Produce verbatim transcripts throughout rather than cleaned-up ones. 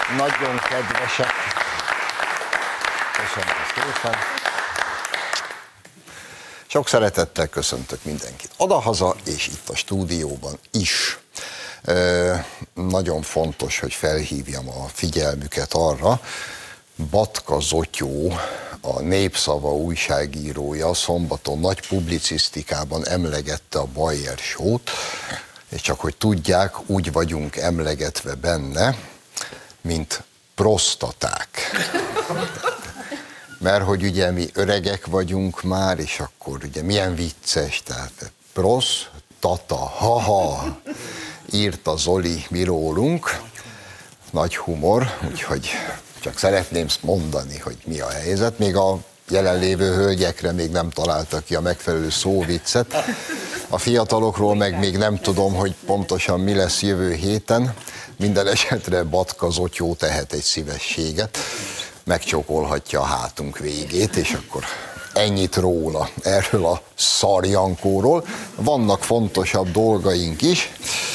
Nagyon kedvesek. Köszönöm szépen. Sok szeretettel köszöntök mindenkit odahaza, és itt a stúdióban is. E, nagyon fontos, hogy felhívjam a figyelmüket arra, Batka Zotyó, a Népszava újságírója szombaton nagy publicisztikában emlegette a Bayer Show-t, és csak hogy tudják, úgy vagyunk emlegetve benne, mint prostaták. Mert hogy ugye mi öregek vagyunk már, és akkor ugye milyen vicces, tehát prostata, haha, írta Zoli mi rólunk, nagy humor, úgyhogy csak szeretném mondani, hogy mi a helyzet. Még a jelenlévő hölgyekre még nem találtak ki a megfelelő szóviccet. A fiatalokról meg még nem tudom, hogy pontosan mi lesz jövő héten. Minden esetre Batka Zotyó tehet egy szívességet, megcsókolhatja a hátunk végét, és akkor ennyit róla, erről a szarjankóról. Vannak fontosabb dolgaink is.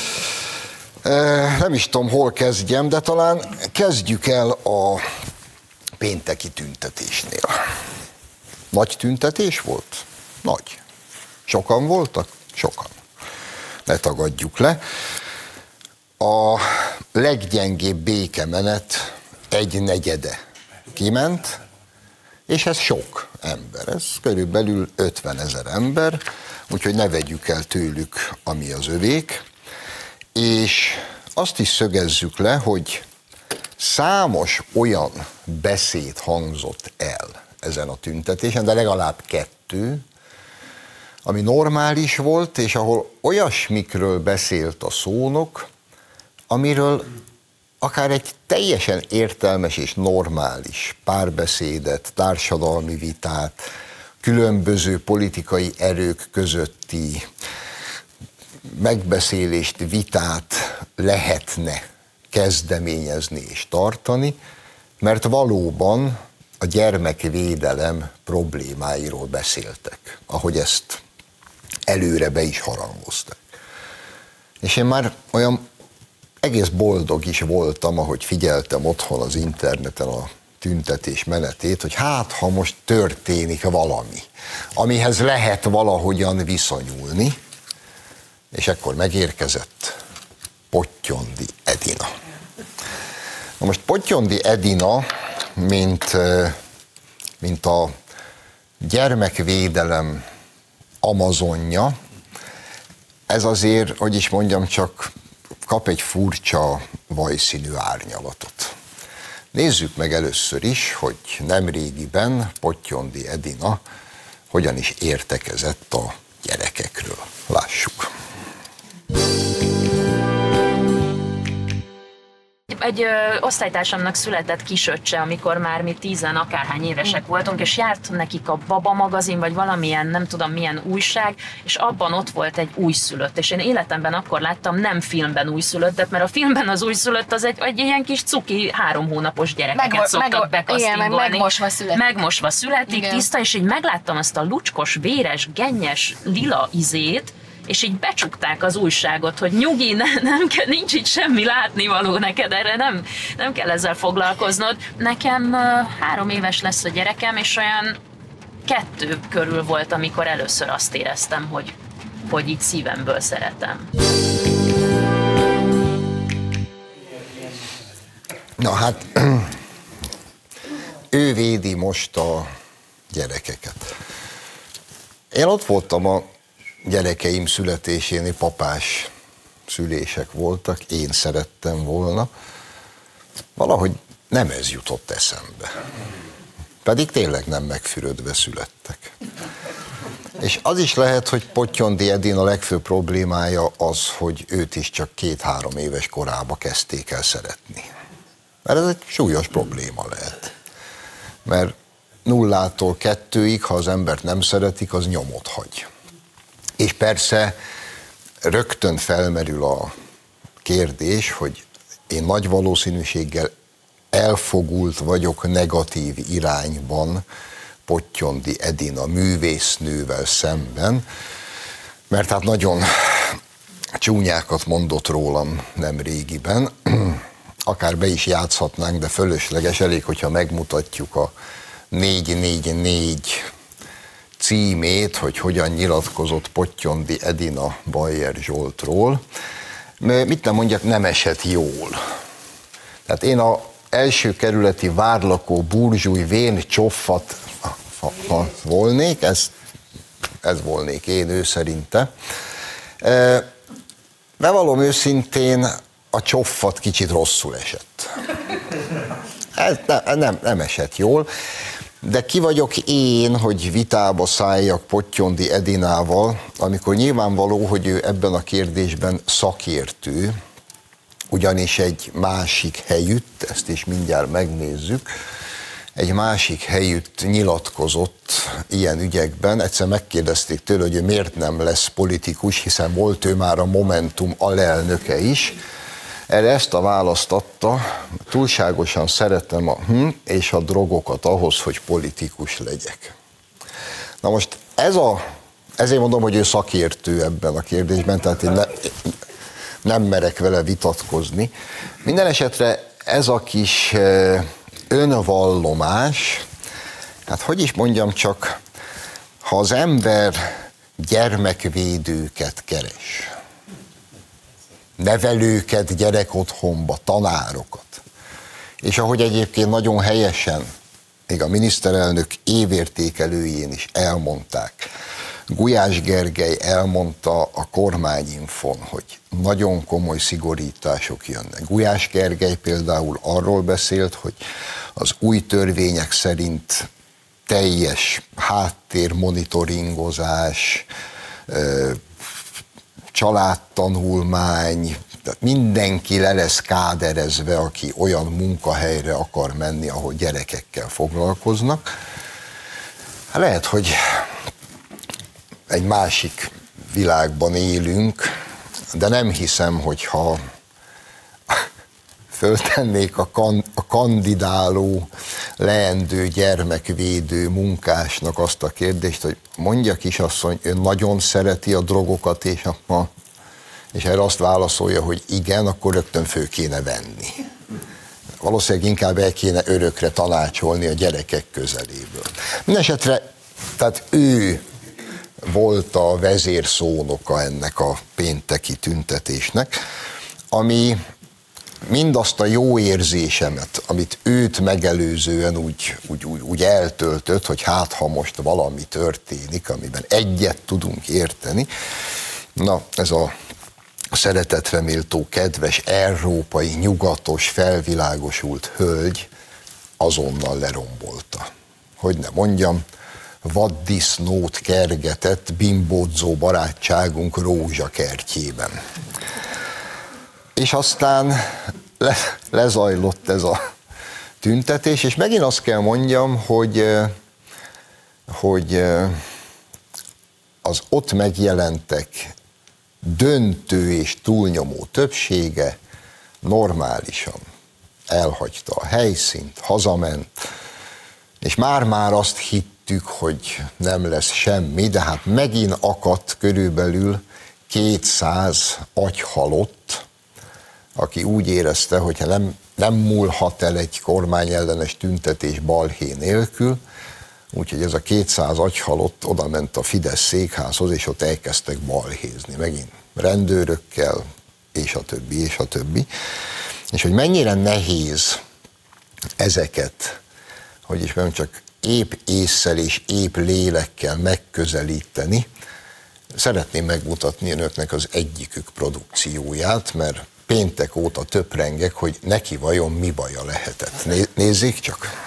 Nem is tudom, hol kezdjem, de talán kezdjük el a pénteki tüntetésnél. Nagy tüntetés volt? Nagy. Sokan voltak? Sokan. Ne tagadjuk le. A leggyengébb békemenet egy negyede kiment, és ez sok ember, ez körülbelül ötvenezer ember, úgyhogy ne vegyük el tőlük, ami az övék, és azt is szögezzük le, hogy számos olyan beszéd hangzott el ezen a tüntetésen, de legalább kettő, ami normális volt, és ahol olyasmikről beszélt a szónok, amiről akár egy teljesen értelmes és normális párbeszédet, társadalmi vitát, különböző politikai erők közötti megbeszélést, vitát lehetne kezdeményezni és tartani, mert valóban a gyermekvédelem problémáiról beszéltek, ahogy ezt előre be is harangoztak. És én már olyan egész boldog is voltam, ahogy figyeltem otthon az interneten a tüntetés menetét, hogy hát, ha most történik valami, amihez lehet valahogyan viszonyulni, és akkor megérkezett Pottyondi Edina. Na most Pottyondi Edina, mint, mint a gyermekvédelem amazonja, ez azért, hogy is mondjam, csak kap egy furcsa vajszínű árnyalatot. Nézzük meg először is, hogy nemrégiben Pottyondi Edina hogyan is értekezett a gyerekekről. Lássuk. Egy ö, osztálytársamnak született kisöccse, amikor már mi tízen akárhány évesek voltunk, és járt nekik a Baba magazin, vagy valamilyen, nem tudom milyen újság, és abban ott volt egy újszülött, és én életemben akkor láttam nem filmben újszülöttet, mert a filmben az újszülött az egy, egy ilyen kis cuki három hónapos gyerekeket Megmo- szoktak bekasztingolni. Igen, megmosva születik. Megmosva születik, igen. Tiszta, és így megláttam azt a lucskos, véres, gennyes, lila izét, és így becsukták az újságot, hogy nyugi, ne, nem kell, nincs itt semmi látnivaló neked, erre nem, nem kell ezzel foglalkoznod. Nekem uh, három éves lesz a gyerekem, és olyan kettő körül volt, amikor először azt éreztem, hogy, hogy így szívemből szeretem. Na hát, ő védi most a gyerekeket. Én ott voltam a gyerekeim születésénél, papás szülések voltak, én szerettem volna. Valahogy nem ez jutott eszembe. Pedig tényleg nem megfürödve születtek. És az is lehet, hogy Pottyondi Edina legfőbb problémája az, hogy őt is csak két-három éves korába kezdték el szeretni. Mert ez egy súlyos probléma lehet. Mert nullától kettőig, ha az embert nem szeretik, az nyomot hagy. És persze rögtön felmerül a kérdés, hogy én nagy valószínűséggel elfogult vagyok negatív irányban Pottyondi Edina művésznővel szemben, mert hát nagyon csúnyákat mondott rólam nem régiben, akár be is játszhatnánk, de fölösleges, elég, hogyha megmutatjuk a négy négy négy címét, hogy hogyan nyilatkozott Pottyondi Edina Bayer Zsoltról. Mit nem mondjak, nem esett jól. Tehát én az első kerületi várlakó burzsúj vén csoffat ha, ha volnék, ez, ez volnék én, ő szerinte. Bevallom őszintén, a csoffat kicsit rosszul esett. Ez nem, nem, nem esett jól, de ki vagyok én, hogy vitába szálljak Pottyondi Edinával, amikor nyilvánvaló, hogy ő ebben a kérdésben szakértő, ugyanis egy másik helyütt, ezt is mindjárt megnézzük, egy másik helyütt nyilatkozott ilyen ügyekben. Egyszer megkérdezték tőle, hogy ő miért nem lesz politikus, hiszen volt ő már a Momentum alelnöke is. Erre ezt a választ adta: túlságosan szeretem a hm és a drogokat ahhoz, hogy politikus legyek. Na most ez a, ezért mondom, hogy ő szakértő ebben a kérdésben, tehát én ne, nem merek vele vitatkozni. Minden esetre ez a kis önvallomás, hát hogy is mondjam csak, ha az ember gyermekvédőket keres, nevelőket gyerekotthonba, tanárokat, és ahogy egyébként nagyon helyesen, még a miniszterelnök évértékelőjén is elmondták, Gulyás Gergely elmondta a Kormányinfon, hogy nagyon komoly szigorítások jönnek. Gulyás Gergely például arról beszélt, hogy az új törvények szerint teljes háttérmonitoringozás, családtanulmány, mindenki le lesz káderezve, aki olyan munkahelyre akar menni, ahol gyerekekkel foglalkoznak. Lehet, hogy egy másik világban élünk, de nem hiszem, hogyha föltennék a, kan- a kandidáló, leendő gyermekvédő munkásnak azt a kérdést, hogy mondja kisasszony, ő nagyon szereti a drogokat, és, a, és erre azt válaszolja, hogy igen, akkor rögtön föl kéne venni. Valószínűleg inkább el kéne örökre tanácsolni a gyerekek közeléből. Mindenesetre, tehát ő volt a vezérszónoka ennek a pénteki tüntetésnek, ami mindazt a jó érzésemet, amit őt megelőzően úgy, úgy, úgy, úgy eltöltött, hogy hát ha most valami történik, amiben egyet tudunk érteni, na ez a szeretetre méltó, kedves, európai, nyugatos, felvilágosult hölgy azonnal lerombolta. Hogy ne mondjam, vaddisznót kergetett bimbódzó barátságunk rózsakertjében. És aztán le, lezajlott ez a tüntetés, és megint azt kell mondjam, hogy, hogy az ott megjelentek döntő és túlnyomó többsége normálisan elhagyta a helyszínt, hazament, és már-már azt hittük, hogy nem lesz semmi, de hát megint akadt körülbelül kétszáz agyhalott, aki úgy érezte, hogy nem, nem múlhat el egy kormányellenes tüntetés balhé nélkül, úgyhogy ez a kétszáz agyhalott oda ment a Fidesz székházhoz, és ott elkezdtek balhézni, megint rendőrökkel, és a többi, és a többi. És hogy mennyire nehéz ezeket, hogy is mondjam, csak épp ésszel és épp lélekkel megközelíteni, szeretném megmutatni önöknek az egyikük produkcióját, mert péntek óta töprengek, hogy neki vajon mi baja lehetett. Nézzék csak!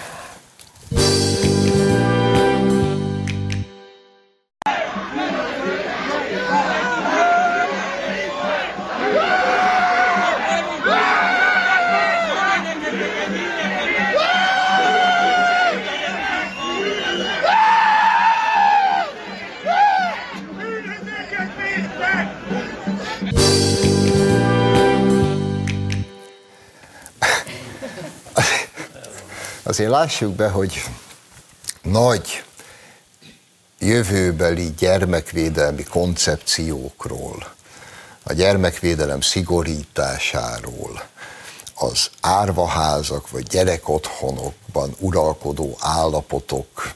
Azért lássuk be, hogy nagy jövőbeli gyermekvédelmi koncepciókról, a gyermekvédelem szigorításáról, az árvaházak vagy gyerekotthonokban uralkodó állapotok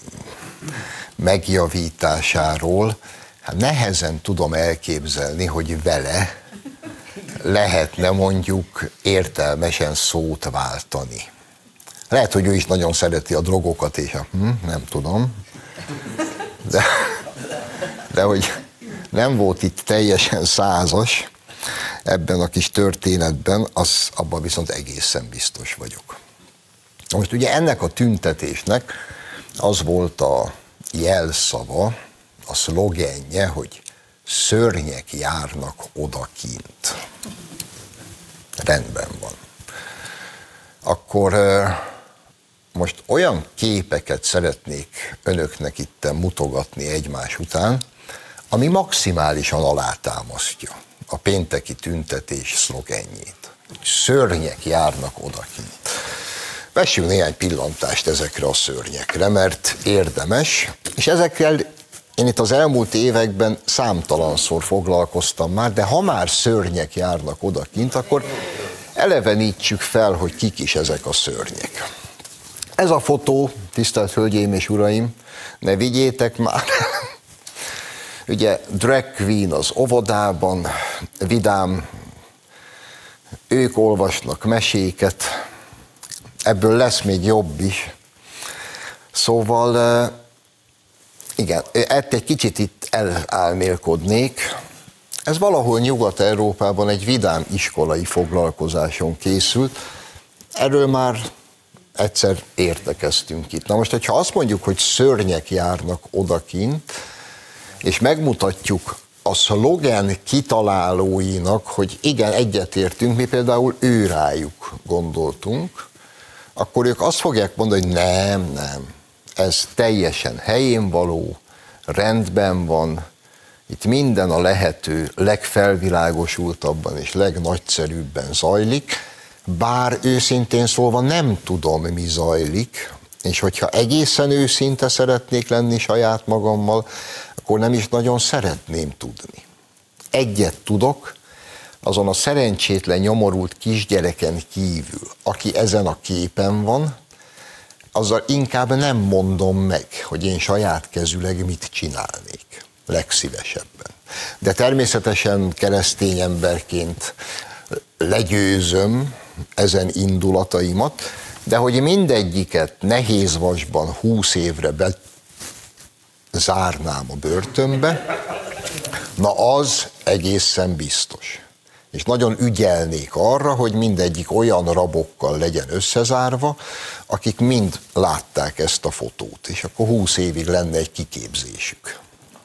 megjavításáról, hát nehezen tudom elképzelni, hogy vele lehetne mondjuk értelmesen szót váltani. Lehet, hogy ő is nagyon szereti a drogokat, és a, hm, nem tudom, de, de hogy nem volt itt teljesen százas ebben a kis történetben, az, abban viszont egészen biztos vagyok. Most ugye ennek a tüntetésnek az volt a jelszava, a szlogenje, hogy szörnyek járnak odakint. Rendben van. Akkor most olyan képeket szeretnék önöknek itten mutogatni egymás után, ami maximálisan alátámasztja a pénteki tüntetés szlogenjét. Szörnyek járnak odakint. Vessünk néhány pillantást ezekre a szörnyekre, mert érdemes, és ezekkel én itt az elmúlt években számtalanszor foglalkoztam már, de ha már szörnyek járnak odakint, akkor elevenítsük fel, hogy kik is ezek a szörnyek. Ez a fotó, tisztelt Hölgyeim és Uraim, ne vigyétek már, ugye drag queen az óvodában, vidám, ők olvasnak meséket, ebből lesz még jobb is. Szóval, igen, ett egy kicsit itt elálmélkodnék. Ez valahol Nyugat-Európában egy vidám iskolai foglalkozáson készült. Erről már egyszer értekeztünk itt. Na most, hogyha azt mondjuk, hogy szörnyek járnak odakint, és megmutatjuk a szlogen kitalálóinak, hogy igen, egyetértünk, mi például őrájuk gondoltunk, akkor ők azt fogják mondani, hogy nem, nem, ez teljesen helyén való, rendben van, itt minden a lehető legfelvilágosultabban és legnagyszerűbben zajlik, bár őszintén szólva nem tudom, mi zajlik, és hogyha egészen őszinte szeretnék lenni saját magammal, akkor nem is nagyon szeretném tudni. Egyet tudok, azon a szerencsétlen, nyomorult kisgyereken kívül, aki ezen a képen van, azzal inkább nem mondom meg, hogy én saját kezüleg mit csinálnék. Legszívesebben. De természetesen keresztény emberként legyőzöm ezen indulataimat, de hogy mindegyiket nehéz vasban húsz évre bezárnám a börtönbe, na az egészen biztos. És nagyon ügyelnék arra, hogy mindegyik olyan rabokkal legyen összezárva, akik mind látták ezt a fotót, és akkor húsz évig lenne egy kiképzésük.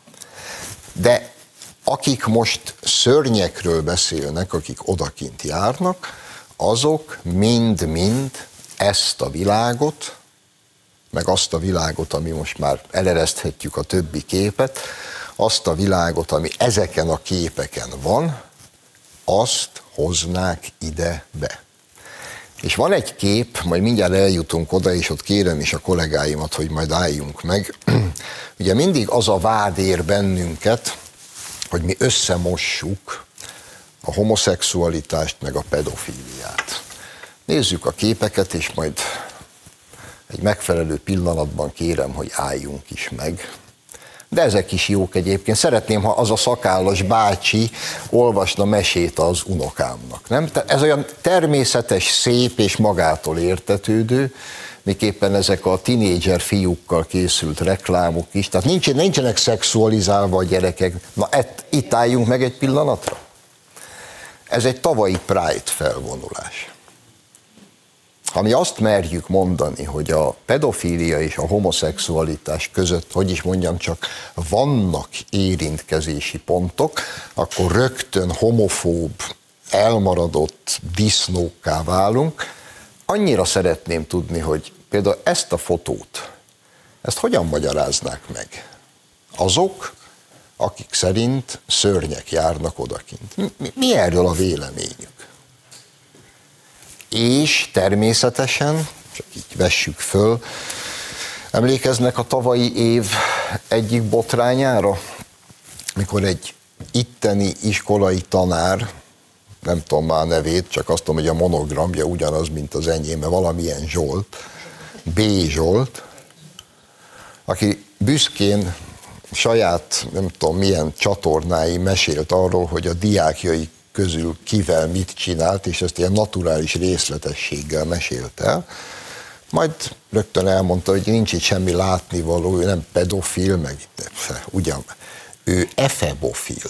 De akik most szörnyekről beszélnek, akik odakint járnak, azok mind-mind ezt a világot, meg azt a világot, ami most már elereszthetjük a többi képet, azt a világot, ami ezeken a képeken van, azt hoznák ide be. És van egy kép, majd mindjárt eljutunk oda, és ott kérem is a kollégáimat, hogy majd álljunk meg. Ugye mindig az a vád ér bennünket, hogy mi összemossuk a homoszexualitást meg a pedofíliát. Nézzük a képeket, és majd egy megfelelő pillanatban kérem, hogy álljunk is meg. De ezek is jók egyébként. Szeretném, ha az a szakállas bácsi olvasna mesét az unokámnak. Nem? Ez olyan természetes, szép és magától értetődő, miképpen ezek a tinédzser fiúkkal készült reklámok is. Tehát nincsen, nincsenek szexualizálva a gyerekek. Na, ett, itt álljunk meg egy pillanatra. Ez egy tavalyi Pride felvonulás. Ha mi azt merjük mondani, hogy a pedofília és a homoszexualitás között, hogy is mondjam, csak vannak érintkezési pontok, akkor rögtön homofób, elmaradott disznókká válunk. Annyira szeretném tudni, hogy például ezt a fotót, ezt hogyan magyaráznák meg azok, akik szerint szörnyek járnak odakint. Mi, mi erről a véleményük? És természetesen, csak így vessük föl, emlékeznek a tavalyi év egyik botrányára, mikor egy itteni iskolai tanár nem tudom már a nevét, csak azt tudom, hogy a monogramja ugyanaz, mint az enyém, mert valamilyen Zsolt, B. Zsolt, aki büszkén saját, nem tudom milyen csatornái mesélt arról, hogy a diákjai közül kivel mit csinált, és ezt ilyen naturális részletességgel mesélt el. Majd rögtön elmondta, hogy nincs itt semmi látnivaló, ő nem pedofil, meg ugyan, ő efebofil.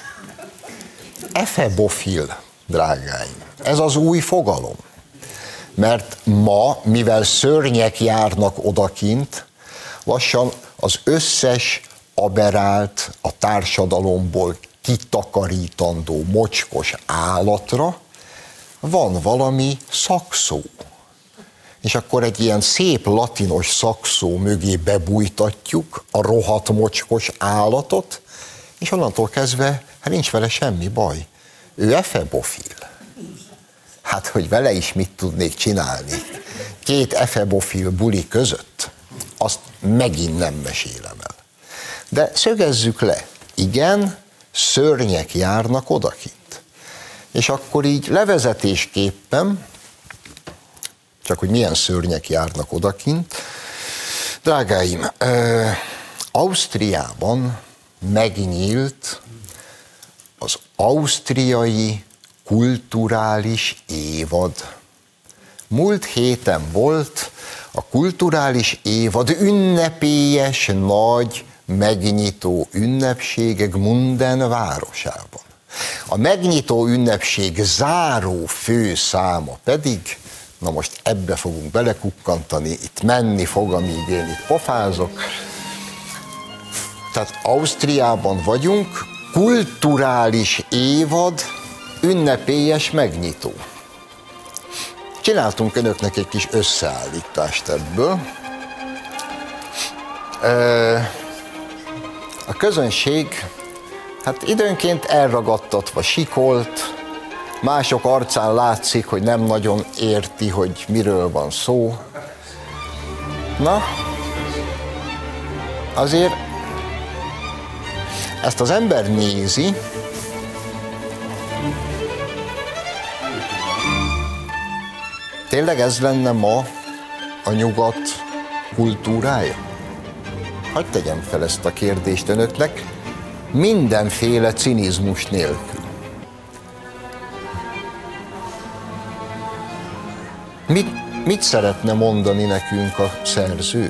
Efebofil, drágáim. Ez az új fogalom. Mert ma, mivel szörnyek járnak odakint, lassan az összes aberált, a társadalomból kitakarítandó mocskos állatra van valami szakszó. És akkor egy ilyen szép latinos szakszó mögé bebújtatjuk a rohadt mocskos állatot, és onnantól kezdve hát nincs vele semmi baj. Ő efebofil. Hát, hogy vele is mit tudnék csinálni két efebofil buli között, azt megint nem mesélem el. De szögezzük le, igen, szörnyek járnak odakint. És akkor így levezetésképpen, csak hogy milyen szörnyek járnak odakint, drágáim, ö, Ausztriában megnyílt az ausztriai kulturális évad. Múlt héten volt a kulturális évad ünnepélyes nagy megnyitó ünnepsége Gmunden városában. A megnyitó ünnepség záró főszáma pedig, na most ebbe fogunk belekukkantani, itt menni fog, amíg én itt pofázok. Tehát Ausztriában vagyunk, kulturális évad, ünnepélyes megnyitó. Csináltunk önöknek egy kis összeállítást ebből. A közönség hát időnként elragadtatva sikolt, mások arcán látszik, hogy nem nagyon érti, hogy miről van szó. Na, azért ezt az ember nézi, tényleg ez lenne ma a nyugat kultúrája? Hadd tegyem fel ezt a kérdést önöknek, mindenféle cinizmus nélkül. Mit, mit szeretne mondani nekünk a szerző?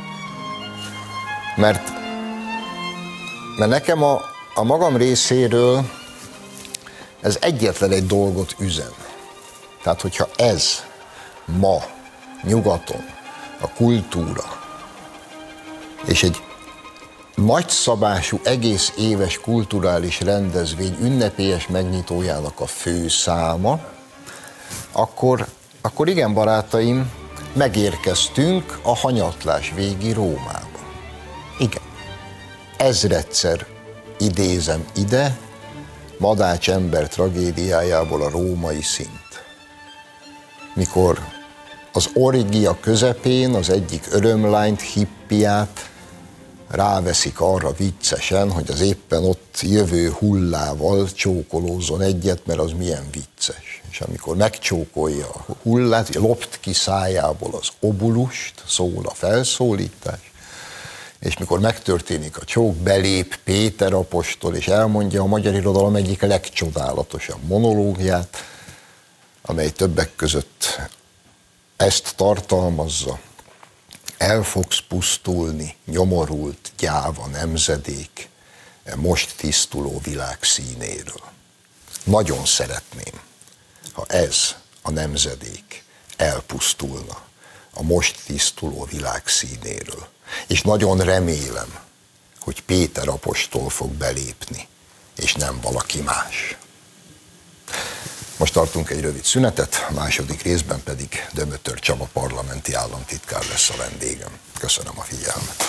Mert, mert nekem a, a magam részéről ez egyetlen egy dolgot üzen. Tehát, hogyha ez ma nyugaton a kultúra, és egy nagyszabású, egész éves kulturális rendezvény ünnepélyes megnyitójának a főszáma, akkor, akkor igen, barátaim, megérkeztünk a hanyatlás végi Rómába. Igen. Ezredszer idézem ide Madács ember tragédiájából a római szint. Mikor az orgia közepén az egyik örömlányt, hippiát ráveszik arra viccesen, hogy az éppen ott jövő hullával csókolózzon egyet, mert az milyen vicces. És amikor megcsókolja a hullát, lopt ki szájából az obulust, szól a felszólítás, és mikor megtörténik a csók, belép Péter apostol, és elmondja a magyar irodalom egyik legcsodálatosabb monológiát, amely többek között ezt tartalmazza: el fogsz pusztulni, nyomorult, gyáva nemzedék, e most tisztuló világ színéről. Nagyon szeretném, ha ez a nemzedék elpusztulna a most tisztuló világ színéről. És nagyon remélem, hogy Péter apostol fog belépni, és nem valaki más. Most tartunk egy rövid szünetet, a második részben pedig Dömötör Csaba parlamenti államtitkár lesz a vendégem. Köszönöm a figyelmet.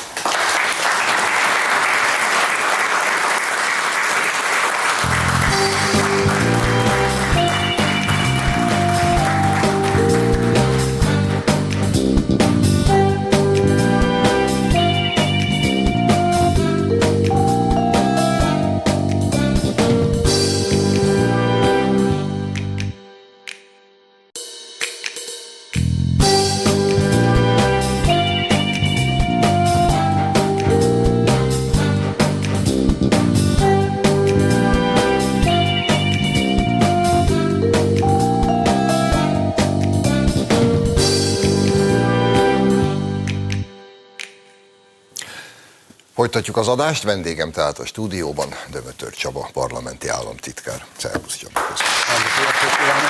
Folytatjuk az adást, vendégem tehát a stúdióban Dömötör Csaba, parlamenti államtitkár. Szervusz Csaba, köszönöm.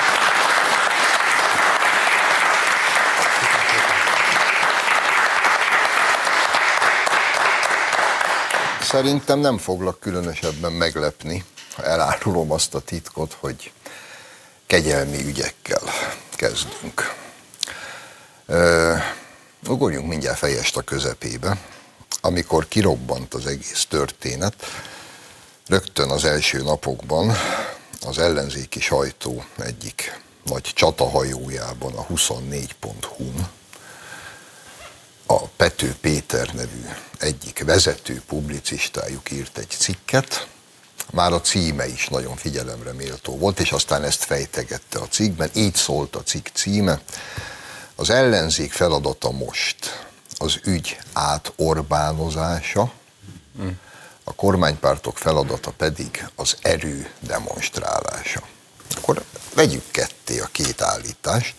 Szerintem nem foglak különösebben meglepni, ha elárulom azt a titkot, hogy kegyelmi ügyekkel kezdünk. Ö, ugorjunk mindjárt fejest a közepébe. Amikor kirobbant az egész történet, rögtön az első napokban az ellenzéki sajtó egyik nagy csatahajójában, a huszonnégy pont hu-n a Pető Péter nevű egyik vezető publicistájuk írt egy cikket, már a címe is nagyon figyelemre méltó volt, és aztán ezt fejtegette a cikkben, így szólt a cikk címe: az ellenzék feladata most az ügy átorbánozása, a kormánypártok feladata pedig az erő demonstrálása. Akkor vegyük ketté a két állítást.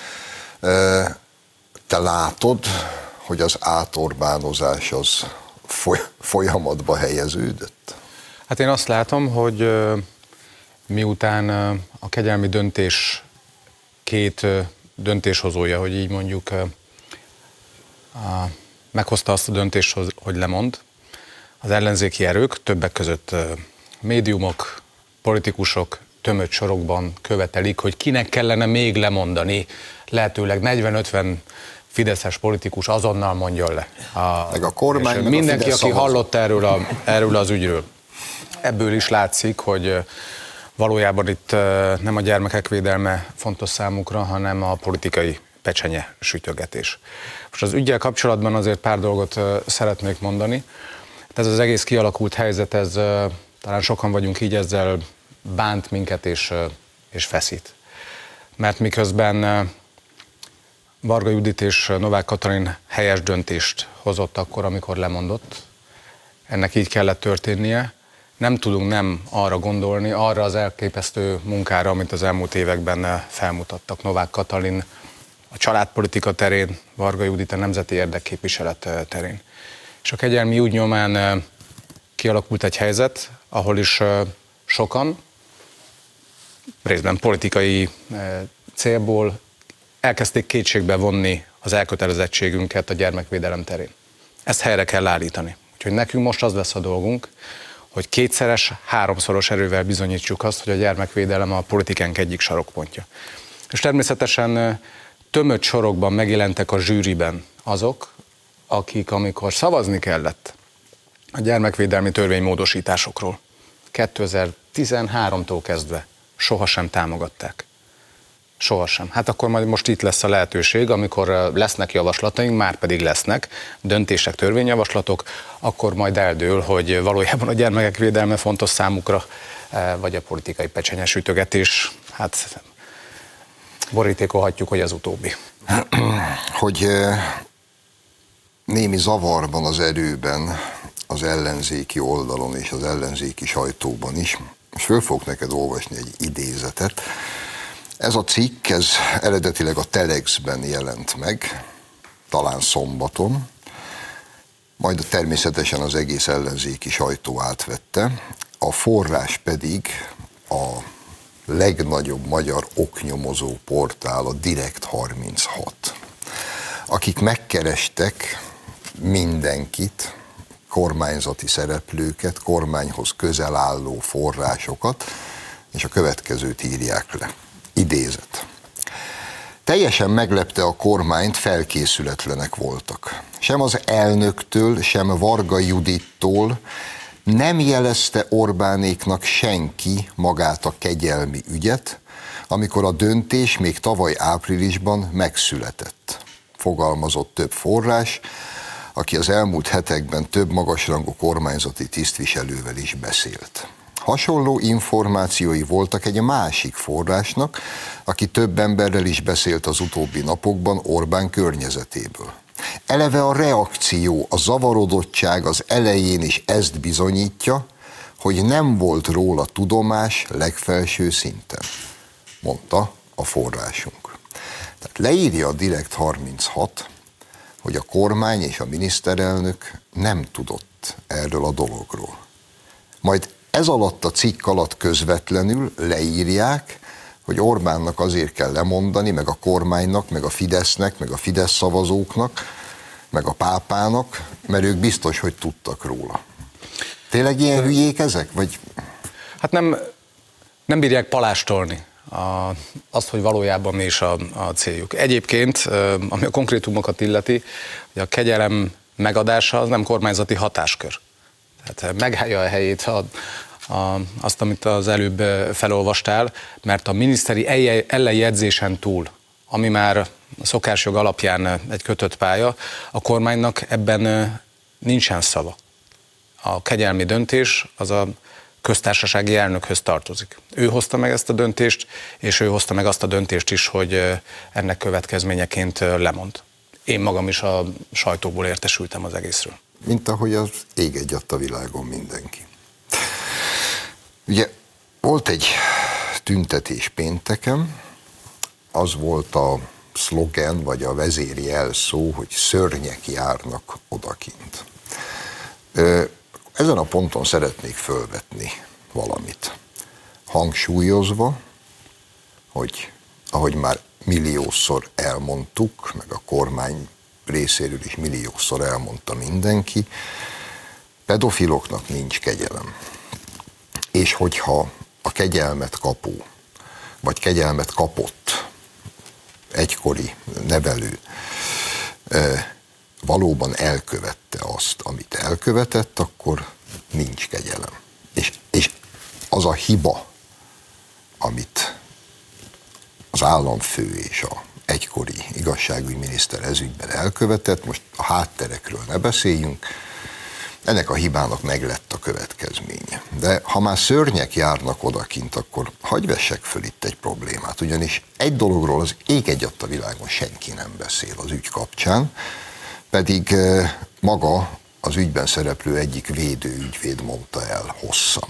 Te látod, hogy az átorbánozás az folyamatba helyeződött? Hát én azt látom, hogy miután a kegyelmi döntés két döntéshozója, hogy így mondjuk, meghozta azt a döntést, hogy lemond, az ellenzéki erők, többek között médiumok, politikusok tömött sorokban követelik, hogy kinek kellene még lemondani, lehetőleg negyven-ötven fideszes politikus azonnal mondjon le. A, meg a kormány, meg mindenki, a aki szavazó. hallott erről, a, erről az ügyről. Ebből is látszik, hogy valójában itt nem a gyermekek védelme fontos számukra, hanem a politikai pecsenye sütögetés. Most az üggyel kapcsolatban azért pár dolgot szeretnék mondani. Ez az egész kialakult helyzet, ez talán sokan vagyunk így, ezzel bánt minket és, és feszít. Mert miközben Varga Judit és Novák Katalin helyes döntést hozott akkor, amikor lemondott, ennek így kellett történnie, nem tudunk nem arra gondolni, arra az elképesztő munkára, amit az elmúlt években felmutattak Novák Katalin a családpolitika terén, Varga Judit a nemzeti érdekképviselet terén. És a kegyelmi ügy nyomán kialakult egy helyzet, ahol is sokan, részben politikai célból elkezdték kétségbe vonni az elkötelezettségünket a gyermekvédelem terén. Ezt helyre kell állítani. Úgyhogy nekünk most az lesz a dolgunk, hogy kétszeres, háromszoros erővel bizonyítsuk azt, hogy a gyermekvédelem a politikánk egyik sarokpontja. És természetesen tömött sorokban megjelentek a zsűriben azok, akik, amikor szavazni kellett a gyermekvédelmi törvénymódosításokról, kétezer-tizenháromtól kezdve sohasem támogatták. Sohasem. Hát akkor majd most itt lesz a lehetőség, amikor lesznek javaslataink, már pedig lesznek döntések, törvényjavaslatok, akkor majd eldől, hogy valójában a gyermekek védelme fontos számukra, vagy a politikai pecsenyesütögetés. Hát borítékolhatjuk, hogy az utóbbi. Hogy némi zavarban az erőben, az ellenzéki oldalon és az ellenzéki sajtóban is. És föl fogok neked olvasni egy idézetet. Ez a cikk, ez eredetileg a Telexben jelent meg, talán szombaton, majd természetesen az egész ellenzéki sajtó átvette, a forrás pedig a legnagyobb magyar oknyomozó portál, a Direkt harminchat, akik megkerestek mindenkit, kormányzati szereplőket, kormányhoz közel álló forrásokat, és a következőt írják le. Idézet. Teljesen meglepte a kormányt, felkészületlenek voltak. Sem az elnöktől, sem Varga Judittól nem jelezte Orbánéknak senki magát a kegyelmi ügyet, amikor a döntés még tavaly áprilisban megszületett. Fogalmazott több forrás, aki az elmúlt hetekben több magasrangú kormányzati tisztviselővel is beszélt. Hasonló információi voltak egy másik forrásnak, aki több emberrel is beszélt az utóbbi napokban Orbán környezetéből. Eleve a reakció, a zavarodottság az elején is ezt bizonyítja, hogy nem volt róla tudomás legfelső szinten, mondta a forrásunk. Tehát leírja a Direkt harminchat, hogy a kormány és a miniszterelnök nem tudott erről a dologról. Majd ez alatt a cikk alatt közvetlenül leírják, hogy Orbánnak azért kell lemondani, meg a kormánynak, meg a Fidesznek, meg a Fidesz szavazóknak, meg a pápának, mert ők biztos, hogy tudtak róla. Tényleg ilyen hülyék ezek? Vagy... Hát nem, nem bírják palástolni a, azt, hogy valójában mi is a, a céljuk. Egyébként, ami a konkrétumokat illeti, hogy a kegyelem megadása az nem kormányzati hatáskör. Tehát megállja a helyét a, a, azt, amit az előbb felolvastál, mert a miniszteri ellenjegyzésen túl, ami már a szokásjog alapján egy kötött pálya, a kormánynak ebben nincsen szava. A kegyelmi döntés az a köztársasági elnökhöz tartozik. Ő hozta meg ezt a döntést, és ő hozta meg azt a döntést is, hogy ennek következményeként lemond. Én magam is a sajtóból értesültem az egészről. Mint ahogy az ég egyatt a világon mindenki. Ugye volt egy tüntetés pénteken, az volt a szlogen, vagy a vezéri jelszó, hogy szörnyek járnak odakint. Ezen a ponton szeretnék fölvetni valamit. Hangsúlyozva, hogy ahogy már milliószor elmondtuk, meg a kormány részéről is milliószor elmondta mindenki, pedofiloknak nincs kegyelem. És hogyha a kegyelmet kapó, vagy kegyelmet kapott egykori nevelő valóban elkövette azt, amit elkövetett, akkor nincs kegyelem. És, és az a hiba, amit az államfő és a egykori igazságügyminiszter ezügyben elkövetett, most a hátterekről ne beszéljünk, ennek a hibának meg lett a következménye. De ha már szörnyek járnak odakint, akkor hagyj vessek föl itt egy problémát, ugyanis egy dologról az ég egyatt a világon senki nem beszél az ügy kapcsán, pedig maga az ügyben szereplő egyik védőügyvéd mondta el hosszan.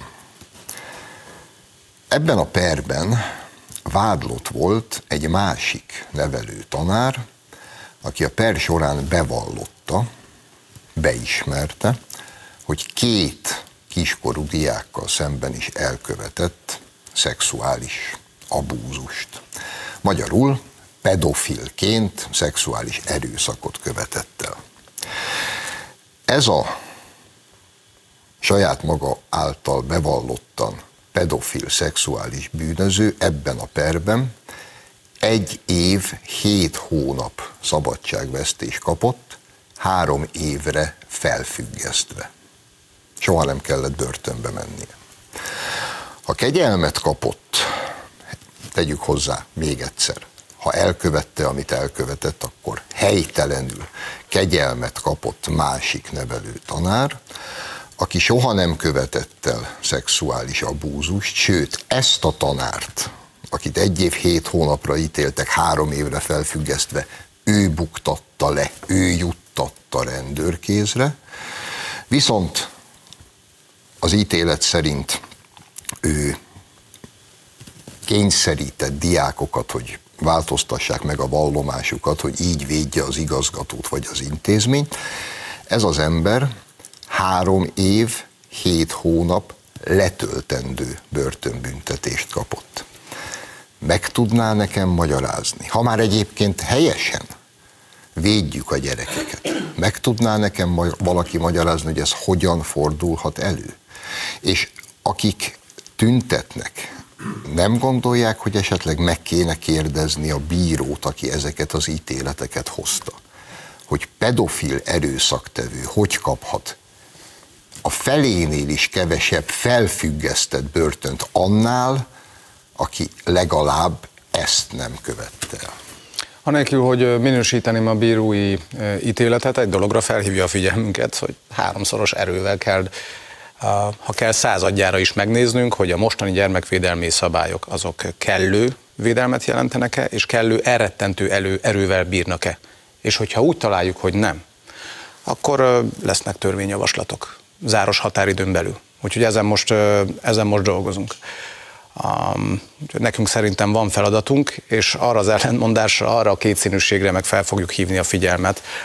Ebben a perben vádlott volt egy másik nevelő tanár, aki a per során bevallotta, beismerte, hogy két kiskorú diákkal szemben is elkövetett szexuális abúzust. Magyarul pedofilként szexuális erőszakot követett el. Ez a saját maga által bevallottan pedofil szexuális bűnöző ebben a perben egy év, hét hónap szabadságvesztés kapott, három évre felfüggesztve. Soha nem kellett börtönbe mennie. Ha kegyelmet kapott, tegyük hozzá még egyszer, ha elkövette, amit elkövetett, akkor helytelenül kegyelmet kapott másik nevelő tanár, aki soha nem követett el szexuális abúzust, sőt, ezt a tanárt, akit egy év, hét hónapra ítéltek, három évre felfüggesztve, ő buktatta le, ő juttatta rendőrkézre, viszont az ítélet szerint ő kényszerített diákokat, hogy változtassák meg a vallomásukat, hogy így védje az igazgatót vagy az intézményt. Ez az ember három év, hét hónap letöltendő börtönbüntetést kapott. Meg tudná nekem magyarázni, ha már egyébként helyesen védjük a gyerekeket, meg tudná nekem valaki magyarázni, hogy ez hogyan fordulhat elő? És akik tüntetnek, nem gondolják, hogy esetleg meg kéne kérdezni a bírót, aki ezeket az ítéleteket hozta, hogy pedofil erőszaktevő hogy kaphat a felénél is kevesebb felfüggesztett börtönt annál, aki legalább ezt nem követte el. Anélkül, hogy minősíteném a bírói ítéletet, egy dologra felhívja a figyelmünket, hogy háromszoros erővel kell, ha kell századjára is megnéznünk, hogy a mostani gyermekvédelmi szabályok azok kellő védelmet jelentenek-e, és kellő elrettentő elő, erővel bírnak-e. És hogyha úgy találjuk, hogy nem, akkor lesznek törvényjavaslatok záros határidőn belül. Úgyhogy ezen most, ezen most dolgozunk. Um, nekünk szerintem van feladatunk, és arra az ellentmondásra, arra a kétszínűségre meg fel fogjuk hívni a figyelmet,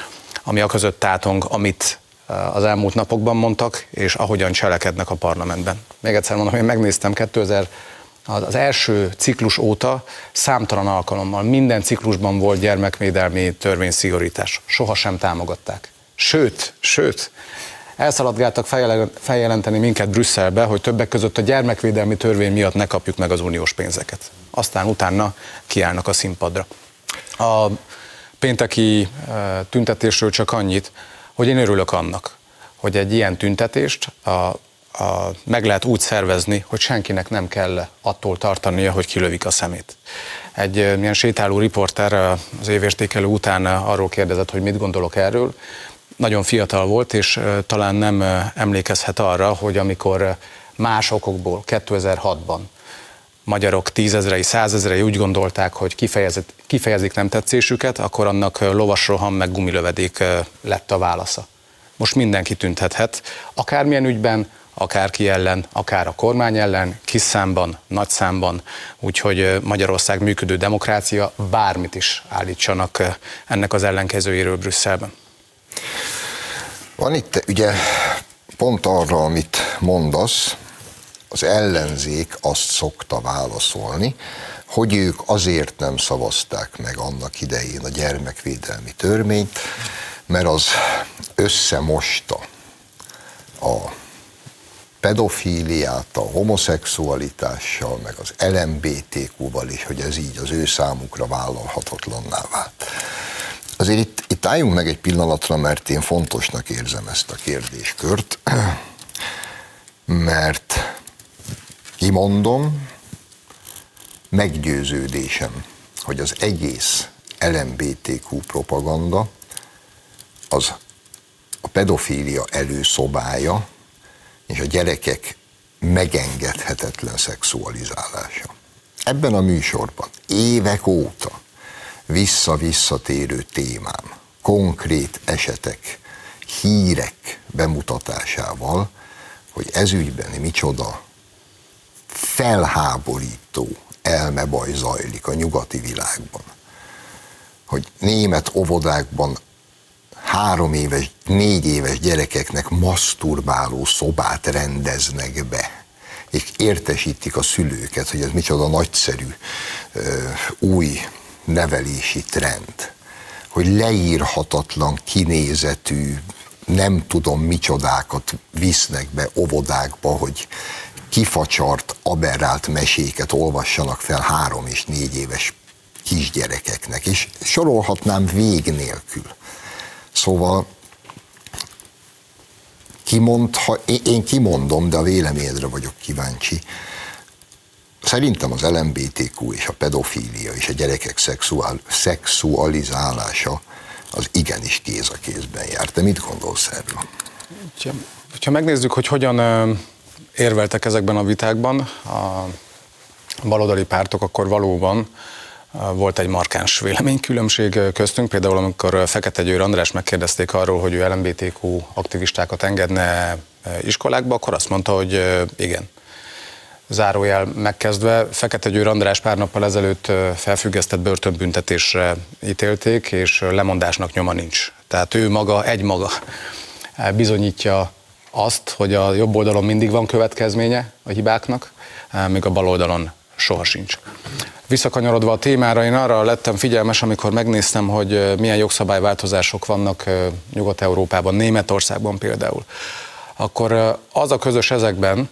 ami a között tátong, amit az elmúlt napokban mondtak, és ahogyan cselekednek a parlamentben. Még egyszer mondom, én megnéztem kétezer az első ciklus óta számtalan alkalommal, minden ciklusban volt gyermekvédelmi törvényszigorítás. Sohasem támogatták. Sőt, sőt, elszaladgáltak feljelenteni minket Brüsszelbe, hogy többek között a gyermekvédelmi törvény miatt ne kapjuk meg az uniós pénzeket. Aztán utána kiállnak a színpadra. A pénteki tüntetésről csak annyit, hogy én örülök annak, hogy egy ilyen tüntetést a, a, meg lehet úgy szervezni, hogy senkinek nem kell attól tartania, hogy kilövik a szemét. Egy milyen sétáló riporter az évértékelő után arról kérdezett, hogy mit gondolok erről. Nagyon fiatal volt, és talán nem emlékezhet arra, hogy amikor más okokból kétezer-hatban magyarok tízezrei, százezrei úgy gondolták, hogy kifejezik, kifejezik nem tetszésüket, akkor annak lovasroham meg gumilövedék lett a válasza. Most mindenki tüntethet, akármilyen ügyben, akárki ellen, akár a kormány ellen, kis számban, nagy számban, úgyhogy Magyarország működő demokrácia, bármit is állítsanak ennek az ellenkezőjéről Brüsszelben. Van itt ugye pont arra, amit mondasz, az ellenzék azt szokta válaszolni, hogy ők azért nem szavazták meg annak idején a gyermekvédelmi törvényt, mert az összemosta a pedofíliát, a homoszexualitással, meg az el em bé té kú-val is, hogy ez így az ő számukra vállalhatatlanná vált. Azért itt, itt álljunk meg egy pillanatra, mert én fontosnak érzem ezt a kérdéskört, mert kimondom, meggyőződésem, hogy az egész el em bé té kú propaganda az a pedofília előszobája és a gyerekek megengedhetetlen szexualizálása. Ebben a műsorban évek óta vissza-visszatérő témám, konkrét esetek, hírek bemutatásával, hogy ezügyben micsoda felháborító elmebaj zajlik a nyugati világban. Hogy német óvodákban három éves, négy éves gyerekeknek maszturbáló szobát rendeznek be, és értesítik a szülőket, hogy ez micsoda nagyszerű új nevelési trend, hogy leírhatatlan kinézetű, nem tudom micsodákat visznek be óvodákba, hogy kifacsart, aberrált meséket olvassanak fel három és négy éves kisgyerekeknek, és sorolhatnám vég nélkül. Szóval kimond, ha, én kimondom, de a véleményedre vagyok kíváncsi. Szerintem az el em bé té kú és a pedofília és a gyerekek szexuál, szexualizálása az igenis kéz a kézben jár. Te mit gondolsz erről? Ha, ha megnézzük, hogy hogyan érveltek ezekben a vitákban a baloldali pártok, akkor valóban volt egy markáns véleménykülönbség köztünk. Például amikor Fekete Győr András megkérdezték arról, hogy ő el em bé té kú aktivistákat engedne iskolákba, akkor azt mondta, hogy igen. Zárójel megkezdve, Fekete Győr András pár nappal ezelőtt felfüggesztett börtönbüntetésre ítélték, és lemondásnak nyoma nincs. Tehát ő maga, egy maga bizonyítja azt, hogy a jobb oldalon mindig van következménye a hibáknak, míg a bal oldalon soha sincs. Visszakanyarodva a témára, én arra lettem figyelmes, amikor megnéztem, hogy milyen jogszabályváltozások vannak Nyugat-Európában, Németországban például, akkor az a közös ezekben,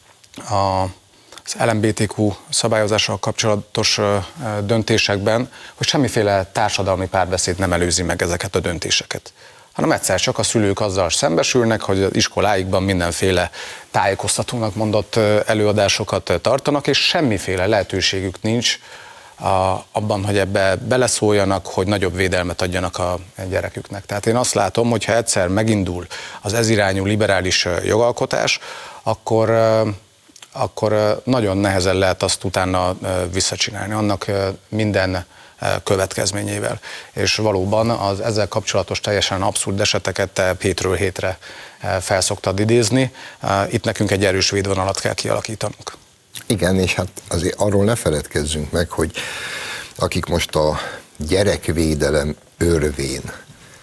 az el em bé té kú szabályozással kapcsolatos döntésekben, hogy semmiféle társadalmi párbeszéd nem előzi meg ezeket a döntéseket, hanem egyszer csak a szülők azzal szembesülnek, hogy az iskoláikban mindenféle tájékoztatónak mondott előadásokat tartanak, és semmiféle lehetőségük nincs abban, hogy ebbe beleszóljanak, hogy nagyobb védelmet adjanak a gyereküknek. Tehát én azt látom, hogy ha egyszer megindul az ezirányú liberális jogalkotás, akkor, akkor nagyon nehezen lehet azt utána visszacsinálni, annak minden következményével. És valóban az ezzel kapcsolatos teljesen abszurd eseteket te hétről hétre fel szoktad idézni. Itt nekünk egy erős védvonalat kell kialakítanunk. Igen, és hát azért arról ne feledkezzünk meg, hogy akik most a gyerekvédelem örvén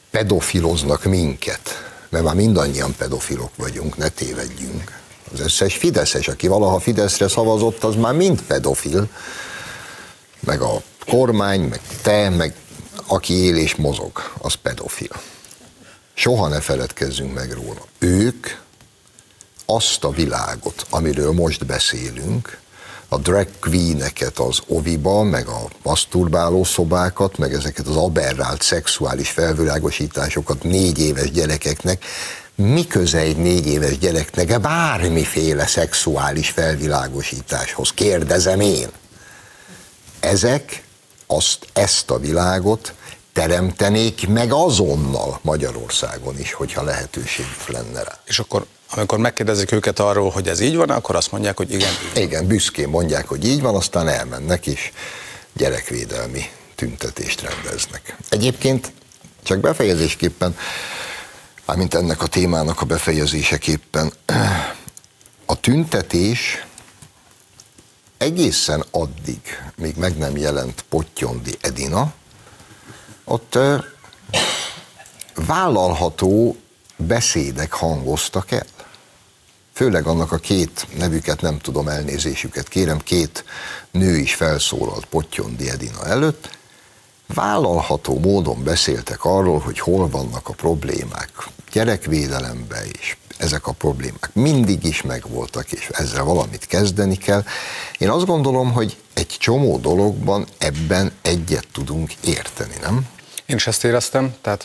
pedofiloznak minket, mert már mindannyian pedofilok vagyunk, ne tévedjünk. Az összes fideszes, aki valaha Fideszre szavazott, az már mind pedofil, meg a kormány, meg te, meg aki él és mozog, az pedofil. Soha ne feledkezzünk meg róla. Ők azt a világot, amiről most beszélünk, a drag queeneket az oviba, meg a maszturbáló szobákat, meg ezeket az aberrált szexuális felvilágosításokat négy éves gyerekeknek, mi köze egy négy éves gyereknek bármiféle szexuális felvilágosításhoz, kérdezem én. Ezek azt, ezt a világot teremtenék meg azonnal Magyarországon is, hogyha lehetőségük lenne rá. És akkor, amikor megkérdezik őket arról, hogy ez így van, akkor azt mondják, hogy igen. Igen, büszkén mondják, hogy így van, aztán elmennek és gyerekvédelmi tüntetést rendeznek. Egyébként csak befejezésképpen, mármint ennek a témának a befejezéseképpen, a tüntetés egészen addig, míg meg nem jelent Pottyondi Edina, ott uh, vállalható beszédek hangoztak el. Főleg annak a két nevüket nem tudom, elnézésüket kérem, két nő is felszólalt Pottyondi Edina előtt, vállalható módon beszéltek arról, hogy hol vannak a problémák gyerekvédelemben, és ezek a problémák mindig is megvoltak, és ezzel valamit kezdeni kell. Én azt gondolom, hogy egy csomó dologban ebben egyet tudunk érteni, nem? Én is ezt éreztem, tehát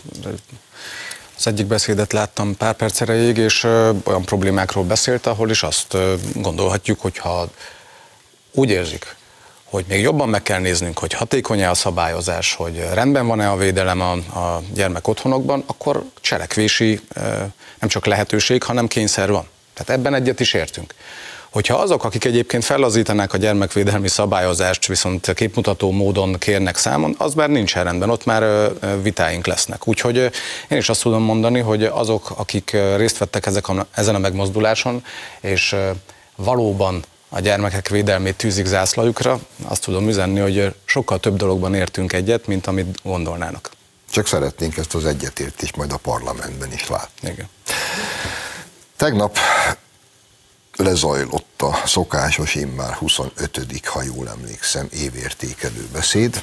az egyik beszédet láttam pár perc erejéig, és olyan problémákról beszélt, ahol is azt gondolhatjuk, hogy ha úgy érzik, hogy még jobban meg kell néznünk, hogy hatékony-e a szabályozás, hogy rendben van-e a védelem a, a gyermek otthonokban, akkor cselekvési nem csak lehetőség, hanem kényszer van. Tehát ebben egyet is értünk. Hogyha azok, akik egyébként fellazítanák a gyermekvédelmi szabályozást, viszont képmutató módon kérnek számon, az már nincsen rendben, ott már vitáink lesznek. Úgyhogy én is azt tudom mondani, hogy azok, akik részt vettek ezek a, ezen a megmozduláson, és valóban a gyermekek védelmét tűzik zászlajukra, azt tudom üzenni, hogy sokkal több dologban értünk egyet, mint amit gondolnának. Csak szeretnénk ezt az egyetértést majd a parlamentben is látni. Igen. Tegnap lezajlott a szokásos, immár huszonötödik, ha jól emlékszem, évértékelő beszéd.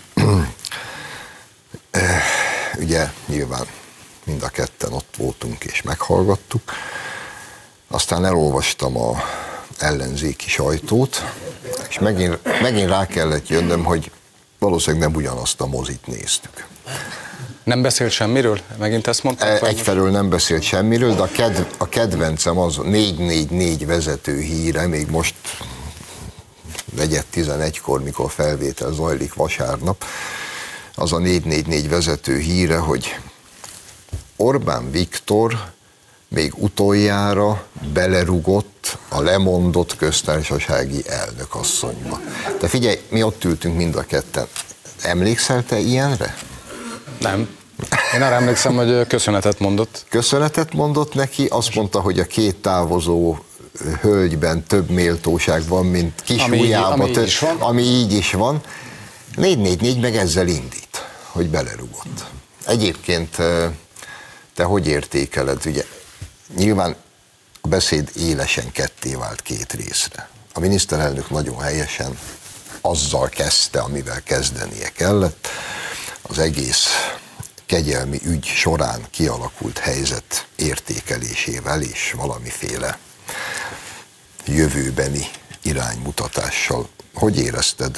Ugye nyilván mind a ketten ott voltunk és meghallgattuk. Aztán elolvastam a ellenzéki sajtót, és megint, megint rá kellett jönnöm, hogy valószínűleg nem ugyanazt a mozit néztük. Nem beszélt semmiről? Megint ezt mondtad? Egyfelől nem beszélt semmiről, de a, kedv, a kedvencem az négy négy négy vezető híre, még most negyed tizenegykor, mikor felvétel zajlik vasárnap, az a négy négy négy vezető híre, hogy Orbán Viktor még utoljára belerugott a lemondott köztársasági elnökasszonyba. De figyelj, mi ott ültünk mind a ketten. Emlékszel te ilyenre? Nem. Én arra emlékszem, hogy köszönetet mondott. Köszönetet mondott neki, azt mondta, hogy a két távozó hölgyben több méltóság van, mint Kisújjában, ami, ami, több, ami így is van. négy négy négy meg ezzel indít, hogy belerugott. Egyébként te hogy értékeled? Ugye, nyilván a beszéd élesen ketté vált két részre. A miniszterelnök nagyon helyesen azzal kezdte, amivel kezdenie kellett, az egész kegyelmi ügy során kialakult helyzet értékelésével és valamiféle jövőbeni iránymutatással. Hogy érezted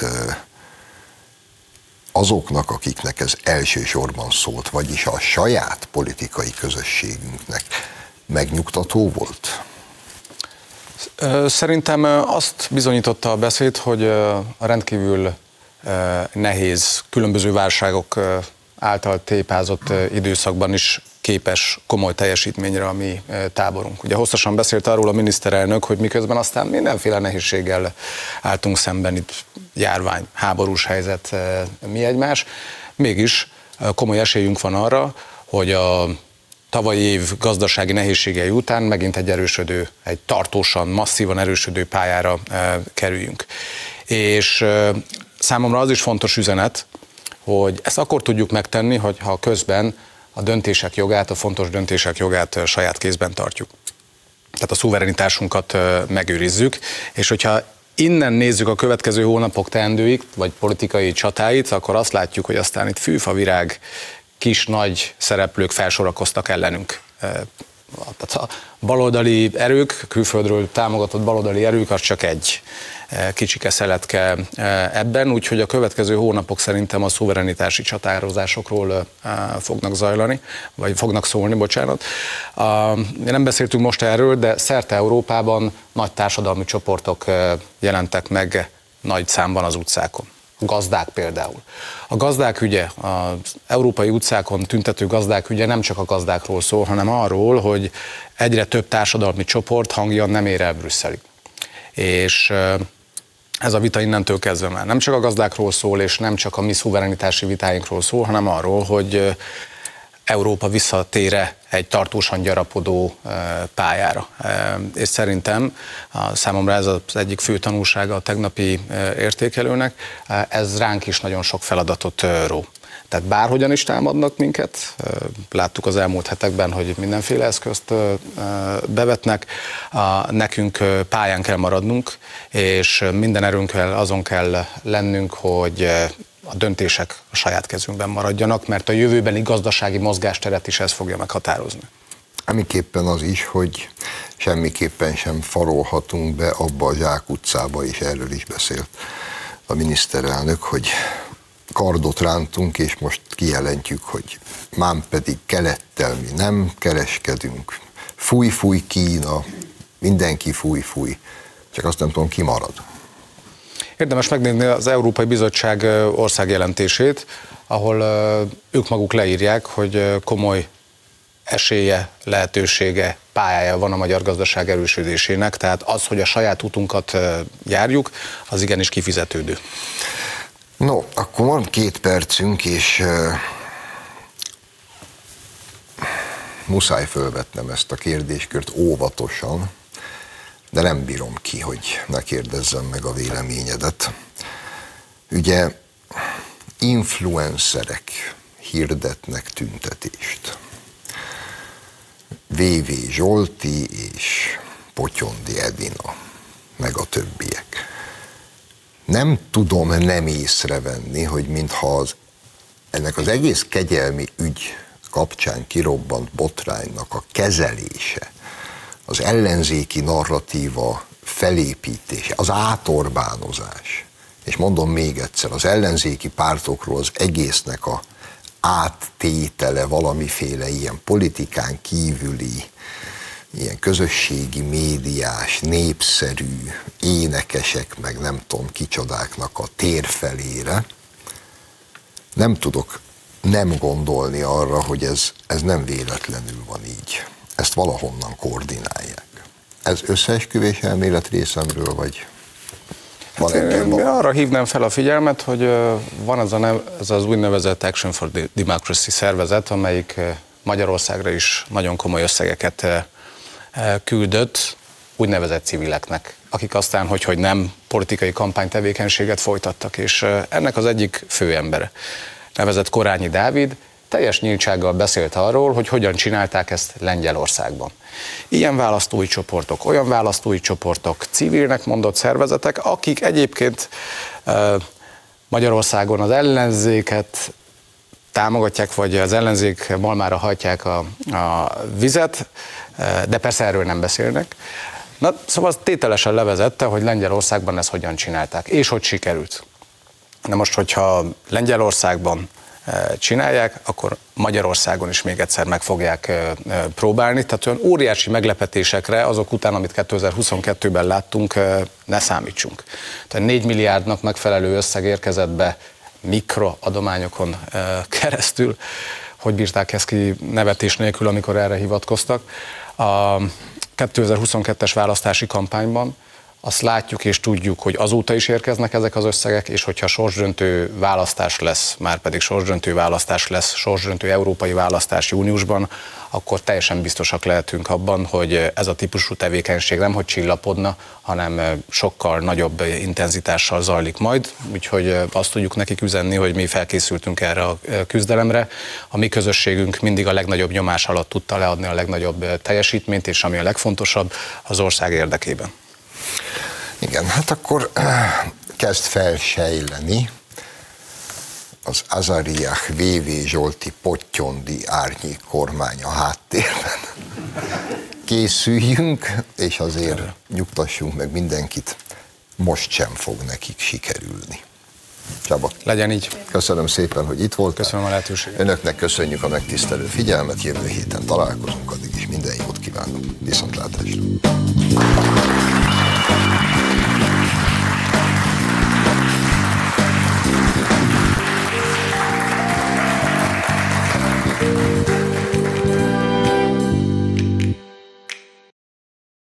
azoknak, akiknek ez elsősorban szólt, vagyis a saját politikai közösségünknek megnyugtató volt? Szerintem azt bizonyította a beszéd, hogy a rendkívül nehéz, különböző válságok által tépázott időszakban is képes komoly teljesítményre a mi táborunk. Ugye hosszasan beszélt arról a miniszterelnök, hogy miközben aztán mindenféle nehézséggel álltunk szemben, itt járvány, háborús helyzet, mi egymás, mégis komoly esélyünk van arra, hogy a tavalyi év gazdasági nehézségei után megint egy erősödő, egy tartósan, masszívan erősödő pályára kerüljünk. És számomra az is fontos üzenet, hogy ezt akkor tudjuk megtenni, hogyha közben a döntések jogát, a fontos döntések jogát saját kézben tartjuk. Tehát a szuverenitásunkat megőrizzük, és hogyha innen nézzük a következő hónapok teendőit, vagy politikai csatáit, akkor azt látjuk, hogy aztán itt fűfavirág, kis-nagy szereplők felsorakoztak ellenünk. Tehát a baloldali erők, külföldről támogatott baloldali erők, az csak egy kicsike szeletke ebben, úgyhogy a következő hónapok szerintem a szuverenitási csatározásokról fognak zajlani, vagy fognak szólni, bocsánat. Nem beszéltünk most erről, de szerte Európában nagy társadalmi csoportok jelentek meg nagy számban az utcákon. Gazdák például. A gazdák ügye, az európai utcákon tüntető gazdák ügye nem csak a gazdákról szól, hanem arról, hogy egyre több társadalmi csoport hangja nem ér el Brüsszelig. És ez a vita innentől kezdve már nem csak a gazdákról szól, és nem csak a mi szuverenitási vitáinkról szól, hanem arról, hogy Európa visszatére egy tartósan gyarapodó pályára. És szerintem számomra ez az egyik fő tanulsága a tegnapi értékelőnek, ez ránk is nagyon sok feladatot ró. Tehát bárhogyan is támadnak minket, láttuk az elmúlt hetekben, hogy mindenféle eszközt bevetnek, nekünk pályán kell maradnunk, és minden erőnkkel azon kell lennünk, hogy a döntések a saját kezünkben maradjanak, mert a jövőbeni gazdasági mozgásteret is ez fogja meghatározni. Amiképpen az is, hogy semmiképpen sem farolhatunk be abba a zsákutcába, és erről is beszélt a miniszterelnök, hogy kardot rántunk, és most kijelentjük, hogy mám pedig kelettel mi nem kereskedünk. Fúj, fúj Kína, mindenki fúj, fúj, csak azt nem tudom, ki marad. Érdemes megnézni az Európai Bizottság országjelentését, ahol ők maguk leírják, hogy komoly esélye, lehetősége, pályája van a magyar gazdaság erősödésének, tehát az, hogy a saját útunkat járjuk, az igenis kifizetődő. No, akkor van két percünk, és uh, muszáj fölvetnem ezt a kérdéskört óvatosan, de nem bírom ki, hogy ne kérdezzem meg a véleményedet. Ugye influencerek hirdetnek tüntetést. vé vé Zsolti és Potyondi Edina, meg a többiek. Nem tudom nem észrevenni, hogy mintha az, ennek az egész kegyelmi ügy kapcsán kirobbant botránynak a kezelése, az ellenzéki narratíva felépítése, az átorbánozás, és mondom még egyszer, az ellenzéki pártokról az egésznek a áttétele valamiféle ilyen politikán kívüli, ilyen közösségi médiás, népszerű énekesek, meg nem tudom kicsodáknak a térfelére, nem tudok nem gondolni arra, hogy ez, ez nem véletlenül van így. Ezt valahonnan koordinálják. Ez összeesküvés elmélet részemről, vagy van hát ebben van? Arra hívnám fel a figyelmet, hogy van az, a, az az úgynevezett Action for Democracy szervezet, amelyik Magyarországra is nagyon komoly összegeket küldött úgynevezett civileknek, akik aztán, hogy, hogy nem politikai kampánytevékenységet folytattak, és ennek az egyik főembere, nevezett Korányi Dávid, teljes nyíltsággal beszélt arról, hogy hogyan csinálták ezt Lengyelországban. Ilyen választói csoportok, olyan választói csoportok, civilnek mondott szervezetek, akik egyébként Magyarországon az ellenzéket támogatják, vagy az ellenzék malmára hajtják a, a vizet, de persze erről nem beszélnek. Na, szóval tételesen levezette, hogy Lengyelországban ezt hogyan csinálták, és hogy sikerült. Na most, hogyha Lengyelországban csinálják, akkor Magyarországon is még egyszer meg fogják próbálni. Tehát olyan óriási meglepetésekre azok után, amit kétezer-huszonkettőben láttunk, ne számítsunk. Tehát négy milliárdnak megfelelő összeg érkezett be mikroadományokon keresztül, hogy bírták ezt ki nevetés nélkül, amikor erre hivatkoztak. A kétezer-huszonkettes választási kampányban azt látjuk és tudjuk, hogy azóta is érkeznek ezek az összegek, és hogyha sorsdöntő választás lesz, már pedig sorsdöntő választás lesz, sorsdöntő európai választás júniusban, akkor teljesen biztosak lehetünk abban, hogy ez a típusú tevékenység nem hogy csillapodna, hanem sokkal nagyobb intenzitással zajlik majd, úgyhogy azt tudjuk nekik üzenni, hogy mi felkészültünk erre a küzdelemre. A mi közösségünk mindig a legnagyobb nyomás alatt tudta leadni a legnagyobb teljesítményt, és ami a legfontosabb, az ország érdekében. Igen, hát akkor kezd felsejleni az Azariah vé vé Zsolti Pottyondi árnyék kormány a háttérben. Készüljünk, és azért nyugtassunk meg mindenkit, most sem fog nekik sikerülni. Csaba. Legyen így. Köszönöm szépen, hogy itt voltál. Köszönöm a lehetőséget. Önöknek köszönjük a megtisztelő figyelmet, jövő héten találkozunk, addig is minden jót kívánok. Viszontlátásra.